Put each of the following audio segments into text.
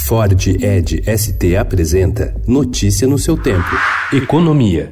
Ford Edge ST apresenta Notícia no seu tempo. Economia.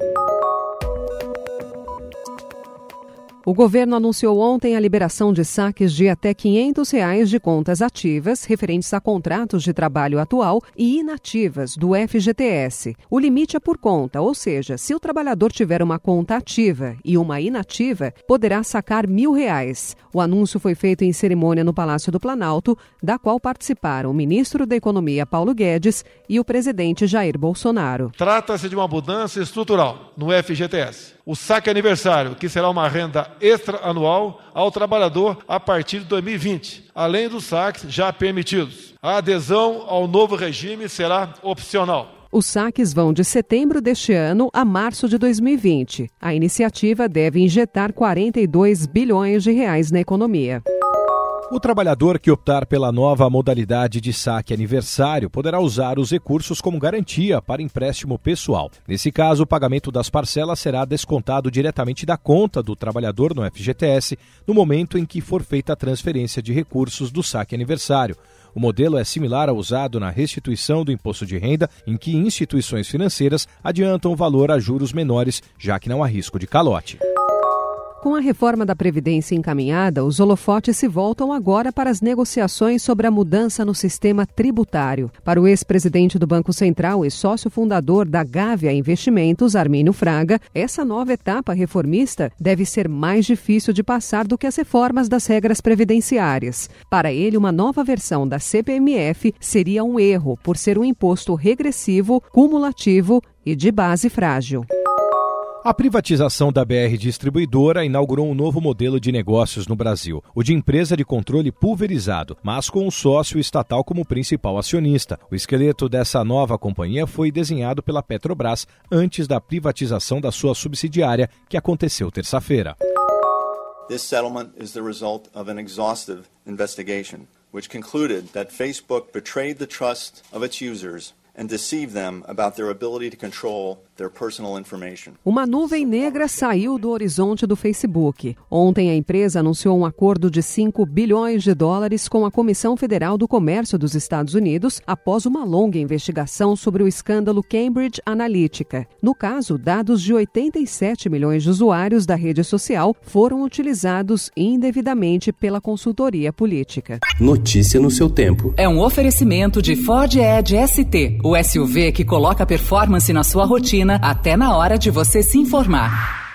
O governo anunciou ontem a liberação de saques de até R$ 500 de contas ativas referentes a contratos de trabalho atual e inativas do FGTS. O limite é por conta, ou seja, se o trabalhador tiver uma conta ativa e uma inativa, poderá sacar R$ 1.000. O anúncio foi feito em cerimônia no Palácio do Planalto, da qual participaram o ministro da Economia, Paulo Guedes, e o presidente Jair Bolsonaro. Trata-se de uma mudança estrutural no FGTS. O saque aniversário, que será uma renda extra anual ao trabalhador a partir de 2020, além dos saques já permitidos. A adesão ao novo regime será opcional. Os saques vão de setembro deste ano a março de 2020. A iniciativa deve injetar R$ 42 bilhões na economia. O trabalhador que optar pela nova modalidade de saque aniversário poderá usar os recursos como garantia para empréstimo pessoal. Nesse caso, o pagamento das parcelas será descontado diretamente da conta do trabalhador no FGTS no momento em que for feita a transferência de recursos do saque aniversário. O modelo é similar ao usado na restituição do imposto de renda, em que instituições financeiras adiantam o valor a juros menores, já que não há risco de calote. Com a reforma da Previdência encaminhada, os holofotes se voltam agora para as negociações sobre a mudança no sistema tributário. Para o ex-presidente do Banco Central e sócio fundador da Gávea Investimentos, Armínio Fraga, essa nova etapa reformista deve ser mais difícil de passar do que as reformas das regras previdenciárias. Para ele, uma nova versão da CPMF seria um erro, por ser um imposto regressivo, cumulativo e de base frágil. A privatização da BR Distribuidora inaugurou um novo modelo de negócios no Brasil, o de empresa de controle pulverizado, mas com um sócio estatal como principal acionista. O esqueleto dessa nova companhia foi desenhado pela Petrobras antes da privatização da sua subsidiária, que aconteceu terça-feira. This settlement is the result of an exhaustive investigation, which concluded that Facebook betrayed the trust of its users and deceive them about their ability to control their personal information. Uma nuvem negra saiu do horizonte do Facebook. Ontem a empresa anunciou um acordo de $5 bilhões com a Comissão Federal do Comércio dos Estados Unidos após uma longa investigação sobre o escândalo Cambridge Analytica. No caso, dados de 87 milhões de usuários da rede social foram utilizados indevidamente pela consultoria política. Notícia no seu tempo. É um oferecimento de Ford Edge ST. O SUV que coloca performance na sua rotina até na hora de você se informar.